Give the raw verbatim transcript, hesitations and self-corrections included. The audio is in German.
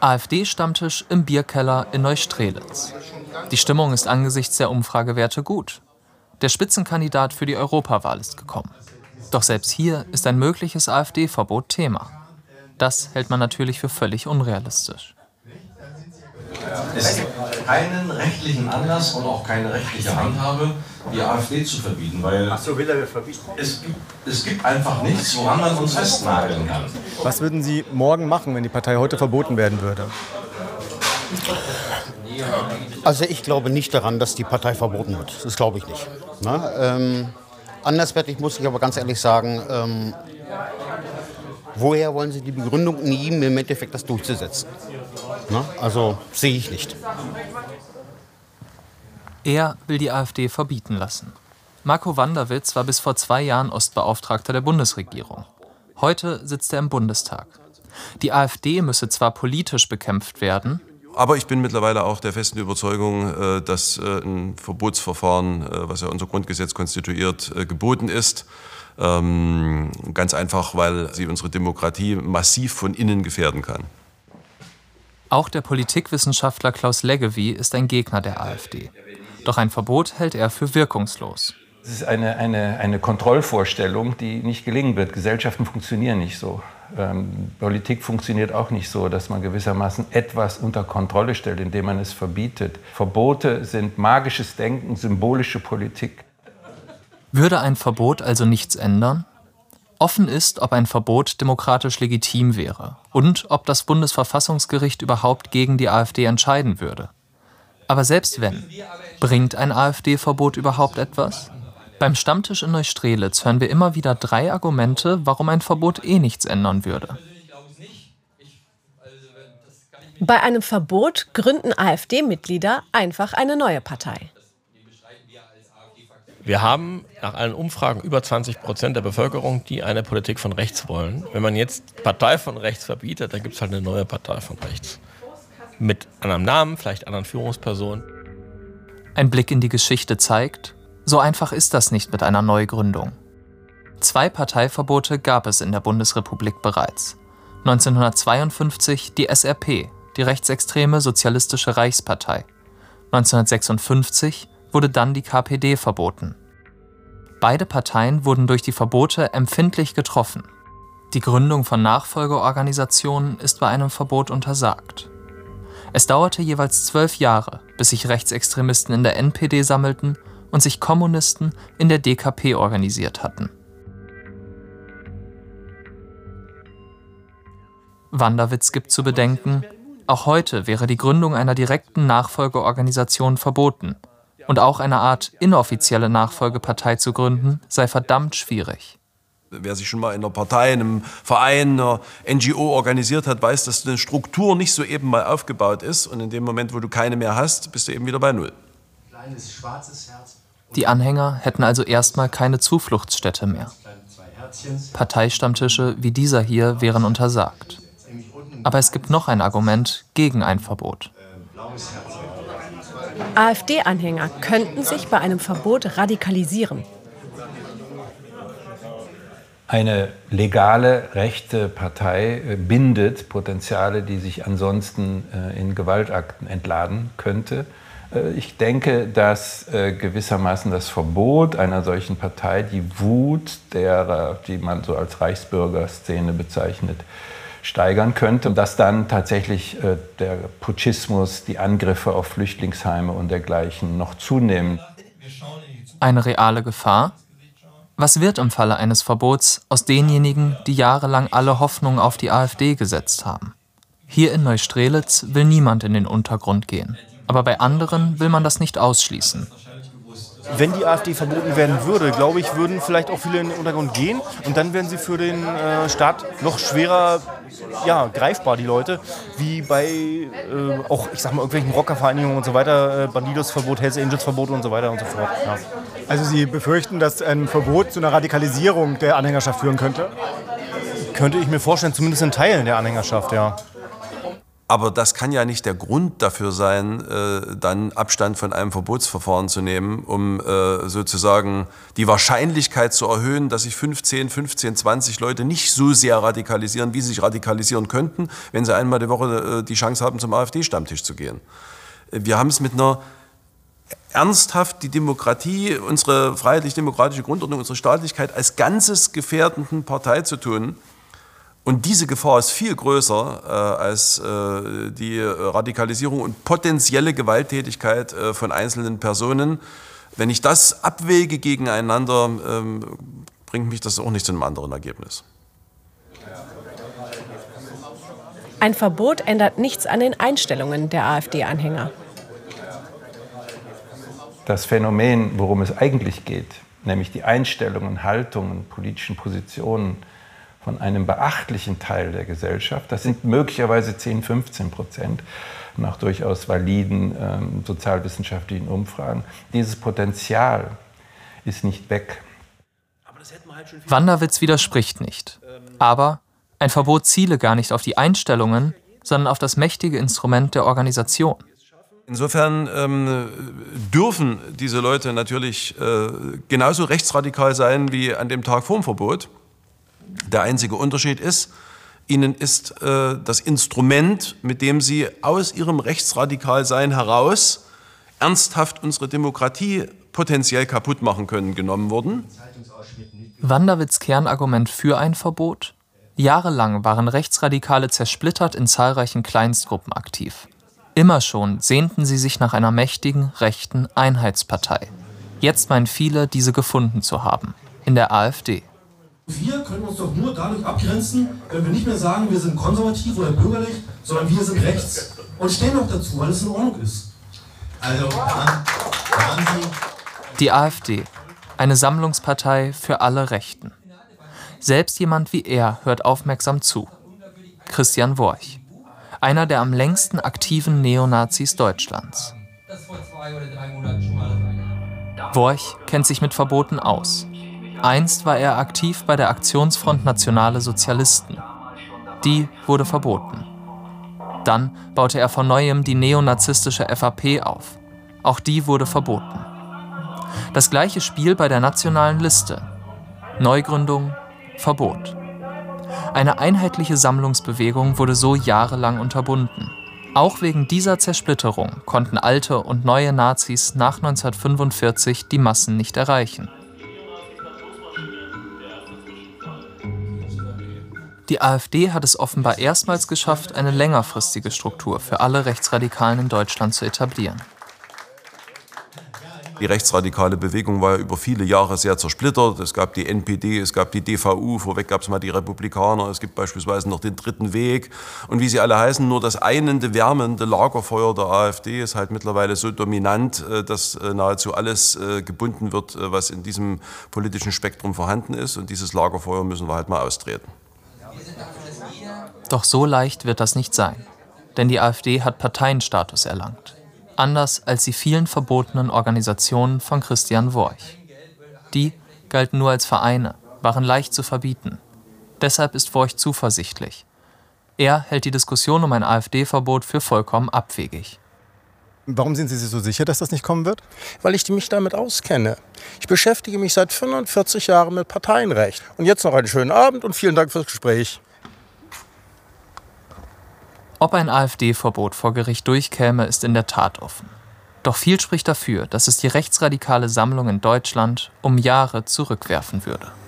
AfD-Stammtisch im Bierkeller in Neustrelitz. Die Stimmung ist angesichts der Umfragewerte gut. Der Spitzenkandidat für die Europawahl ist gekommen. Doch selbst hier ist ein mögliches AfD-Verbot Thema. Das hält man natürlich für völlig unrealistisch. Es gibt keinen rechtlichen Anlass und auch keine rechtliche Handhabe, die AfD zu verbieten, weil Ach so, will er verbieten? Es gibt, es gibt einfach nichts, woran man uns festnageln kann. Was würden Sie morgen machen, wenn die Partei heute verboten werden würde? Also ich glaube nicht daran, dass die Partei verboten wird. Das glaube ich nicht. Na, ähm, anderswertig muss ich aber ganz ehrlich sagen, ähm, woher wollen Sie die Begründung nehmen, im Endeffekt das durchzusetzen? Na, also sehe ich nicht. Er will die AfD verbieten lassen. Marco Wanderwitz war bis vor zwei Jahren Ostbeauftragter der Bundesregierung. Heute sitzt er im Bundestag. Die AfD müsse zwar politisch bekämpft werden, aber ich bin mittlerweile auch der festen Überzeugung, dass ein Verbotsverfahren, was ja unser Grundgesetz konstituiert, geboten ist. Ganz einfach, weil sie unsere Demokratie massiv von innen gefährden kann. Auch der Politikwissenschaftler Klaus Leggevi ist ein Gegner der AfD. Doch ein Verbot hält er für wirkungslos. Es ist eine, eine, eine Kontrollvorstellung, die nicht gelingen wird. Gesellschaften funktionieren nicht so. Ähm, Politik funktioniert auch nicht so, dass man gewissermaßen etwas unter Kontrolle stellt, indem man es verbietet. Verbote sind magisches Denken, symbolische Politik. Würde ein Verbot also nichts ändern? Offen ist, ob ein Verbot demokratisch legitim wäre und ob das Bundesverfassungsgericht überhaupt gegen die AfD entscheiden würde. Aber selbst wenn, bringt ein AfD-Verbot überhaupt etwas? Beim Stammtisch in Neustrelitz hören wir immer wieder drei Argumente, warum ein Verbot eh nichts ändern würde. Bei einem Verbot gründen AfD-Mitglieder einfach eine neue Partei. Wir haben nach allen Umfragen über zwanzig Prozent der Bevölkerung, die eine Politik von rechts wollen. Wenn man jetzt Partei von rechts verbietet, dann gibt es halt eine neue Partei von rechts. Mit anderem Namen, vielleicht anderen Führungspersonen. Ein Blick in die Geschichte zeigt, so einfach ist das nicht mit einer Neugründung. Zwei Parteiverbote gab es in der Bundesrepublik bereits. neunzehnhundertzweiundfünfzig die S R P, die rechtsextreme Sozialistische Reichspartei. neunzehnhundertsechsundfünfzig wurde dann die K P D verboten. Beide Parteien wurden durch die Verbote empfindlich getroffen. Die Gründung von Nachfolgeorganisationen ist bei einem Verbot untersagt. Es dauerte jeweils zwölf Jahre, bis sich Rechtsextremisten in der N P D sammelten und sich Kommunisten in der D K P organisiert hatten. Wanderwitz gibt zu bedenken, auch heute wäre die Gründung einer direkten Nachfolgeorganisation verboten. Und auch eine Art inoffizielle Nachfolgepartei zu gründen, sei verdammt schwierig. Wer sich schon mal in einer Partei, in einem Verein, einer N G O organisiert hat, weiß, dass eine Struktur nicht so eben mal aufgebaut ist. Und in dem Moment, wo du keine mehr hast, bist du eben wieder bei Null. Die Anhänger hätten also erstmal keine Zufluchtsstätte mehr. Parteistammtische wie dieser hier wären untersagt. Aber es gibt noch ein Argument gegen ein Verbot. AfD-Anhänger könnten sich bei einem Verbot radikalisieren. Eine legale, rechte Partei bindet Potenziale, die sich ansonsten in Gewaltakten entladen könnte. Ich denke, dass gewissermaßen das Verbot einer solchen Partei die Wut derer, die man so als Reichsbürgerszene bezeichnet, steigern könnte und dass dann tatsächlich äh, der Putschismus, die Angriffe auf Flüchtlingsheime und dergleichen noch zunehmen. Eine reale Gefahr? Was wird im Falle eines Verbots aus denjenigen, die jahrelang alle Hoffnung auf die AfD gesetzt haben? Hier in Neustrelitz will niemand in den Untergrund gehen. Aber bei anderen will man das nicht ausschließen. Wenn die AfD verboten werden würde, glaube ich, würden vielleicht auch viele in den Untergrund gehen. Und dann wären sie für den äh, Staat noch schwerer ja, greifbar, die Leute. Wie bei äh, auch, ich sag mal, irgendwelchen Rockervereinigungen und so weiter. Äh, Bandidos-Verbot, Hells Angels-Verbot und so weiter und so fort. Ja. Also Sie befürchten, dass ein Verbot zu einer Radikalisierung der Anhängerschaft führen könnte? Könnte ich mir vorstellen, zumindest in Teilen der Anhängerschaft, ja. Aber das kann ja nicht der Grund dafür sein, äh, dann Abstand von einem Verbotsverfahren zu nehmen, um äh, sozusagen die Wahrscheinlichkeit zu erhöhen, dass sich fünfzehn, fünfzehn, zwanzig Leute nicht so sehr radikalisieren, wie sie sich radikalisieren könnten, wenn sie einmal die Woche äh, die Chance haben, zum AfD-Stammtisch zu gehen. Wir haben es mit einer ernsthaft die Demokratie, unsere freiheitlich-demokratische Grundordnung, unsere Staatlichkeit als ganzes gefährdenden Partei zu tun. Und diese Gefahr ist viel größer äh, als äh, die Radikalisierung und potenzielle Gewalttätigkeit äh, von einzelnen Personen. Wenn ich das abwäge gegeneinander, ähm, bringt mich das auch nicht zu einem anderen Ergebnis. Ein Verbot ändert nichts an den Einstellungen der AfD-Anhänger. Das Phänomen, worum es eigentlich geht, nämlich die Einstellungen, Haltungen, politischen Positionen von einem beachtlichen Teil der Gesellschaft, das sind möglicherweise zehn, fünfzehn Prozent nach durchaus validen ähm, sozialwissenschaftlichen Umfragen. Dieses Potenzial ist nicht weg. Wanderwitz widerspricht nicht. Aber ein Verbot ziele gar nicht auf die Einstellungen, sondern auf das mächtige Instrument der Organisation. Insofern ähm, dürfen diese Leute natürlich äh, genauso rechtsradikal sein wie an dem Tag vor dem Verbot. Der einzige Unterschied ist, ihnen ist äh, das Instrument, mit dem sie aus ihrem Rechtsradikalsein heraus ernsthaft unsere Demokratie potenziell kaputt machen können, genommen worden. Wanderwitz' Kernargument für ein Verbot? Jahrelang waren Rechtsradikale zersplittert in zahlreichen Kleinstgruppen aktiv. Immer schon sehnten sie sich nach einer mächtigen, rechten Einheitspartei. Jetzt meinen viele, diese gefunden zu haben. In der AfD. Wir können uns doch nur dadurch abgrenzen, wenn wir nicht mehr sagen, wir sind konservativ oder bürgerlich, sondern wir sind rechts. Und stehen auch dazu, weil es in Ordnung ist. Also, dann, dann die AfD. Eine Sammlungspartei für alle Rechten. Selbst jemand wie er hört aufmerksam zu. Christian Worch. Einer der am längsten aktiven Neonazis Deutschlands. Worch kennt sich mit Verboten aus. Einst war er aktiv bei der Aktionsfront Nationale Sozialisten. Die wurde verboten. Dann baute er von neuem die neonazistische F A P auf. Auch die wurde verboten. Das gleiche Spiel bei der Nationalen Liste. Neugründung, Verbot. Eine einheitliche Sammlungsbewegung wurde so jahrelang unterbunden. Auch wegen dieser Zersplitterung konnten alte und neue Nazis nach neunzehnhundertfünfundvierzig die Massen nicht erreichen. Die AfD hat es offenbar erstmals geschafft, eine längerfristige Struktur für alle Rechtsradikalen in Deutschland zu etablieren. Die rechtsradikale Bewegung war ja über viele Jahre sehr zersplittert. Es gab die N P D, es gab die D V U, vorweg gab es mal die Republikaner, es gibt beispielsweise noch den Dritten Weg. Und wie sie alle heißen, nur das einende, wärmende Lagerfeuer der AfD ist halt mittlerweile so dominant, dass nahezu alles gebunden wird, was in diesem politischen Spektrum vorhanden ist. Und dieses Lagerfeuer müssen wir halt mal austreten. Doch so leicht wird das nicht sein. Denn die AfD hat Parteienstatus erlangt. Anders als die vielen verbotenen Organisationen von Christian Worch. Die galten nur als Vereine, waren leicht zu verbieten. Deshalb ist Worch zuversichtlich. Er hält die Diskussion um ein AfD-Verbot für vollkommen abwegig. Warum sind Sie sich so sicher, dass das nicht kommen wird? Weil ich mich damit auskenne. Ich beschäftige mich seit fünfundvierzig Jahren mit Parteienrecht. Und jetzt noch einen schönen Abend und vielen Dank fürs Gespräch. Ob ein AfD-Verbot vor Gericht durchkäme, ist in der Tat offen. Doch viel spricht dafür, dass es die rechtsradikale Sammlung in Deutschland um Jahre zurückwerfen würde.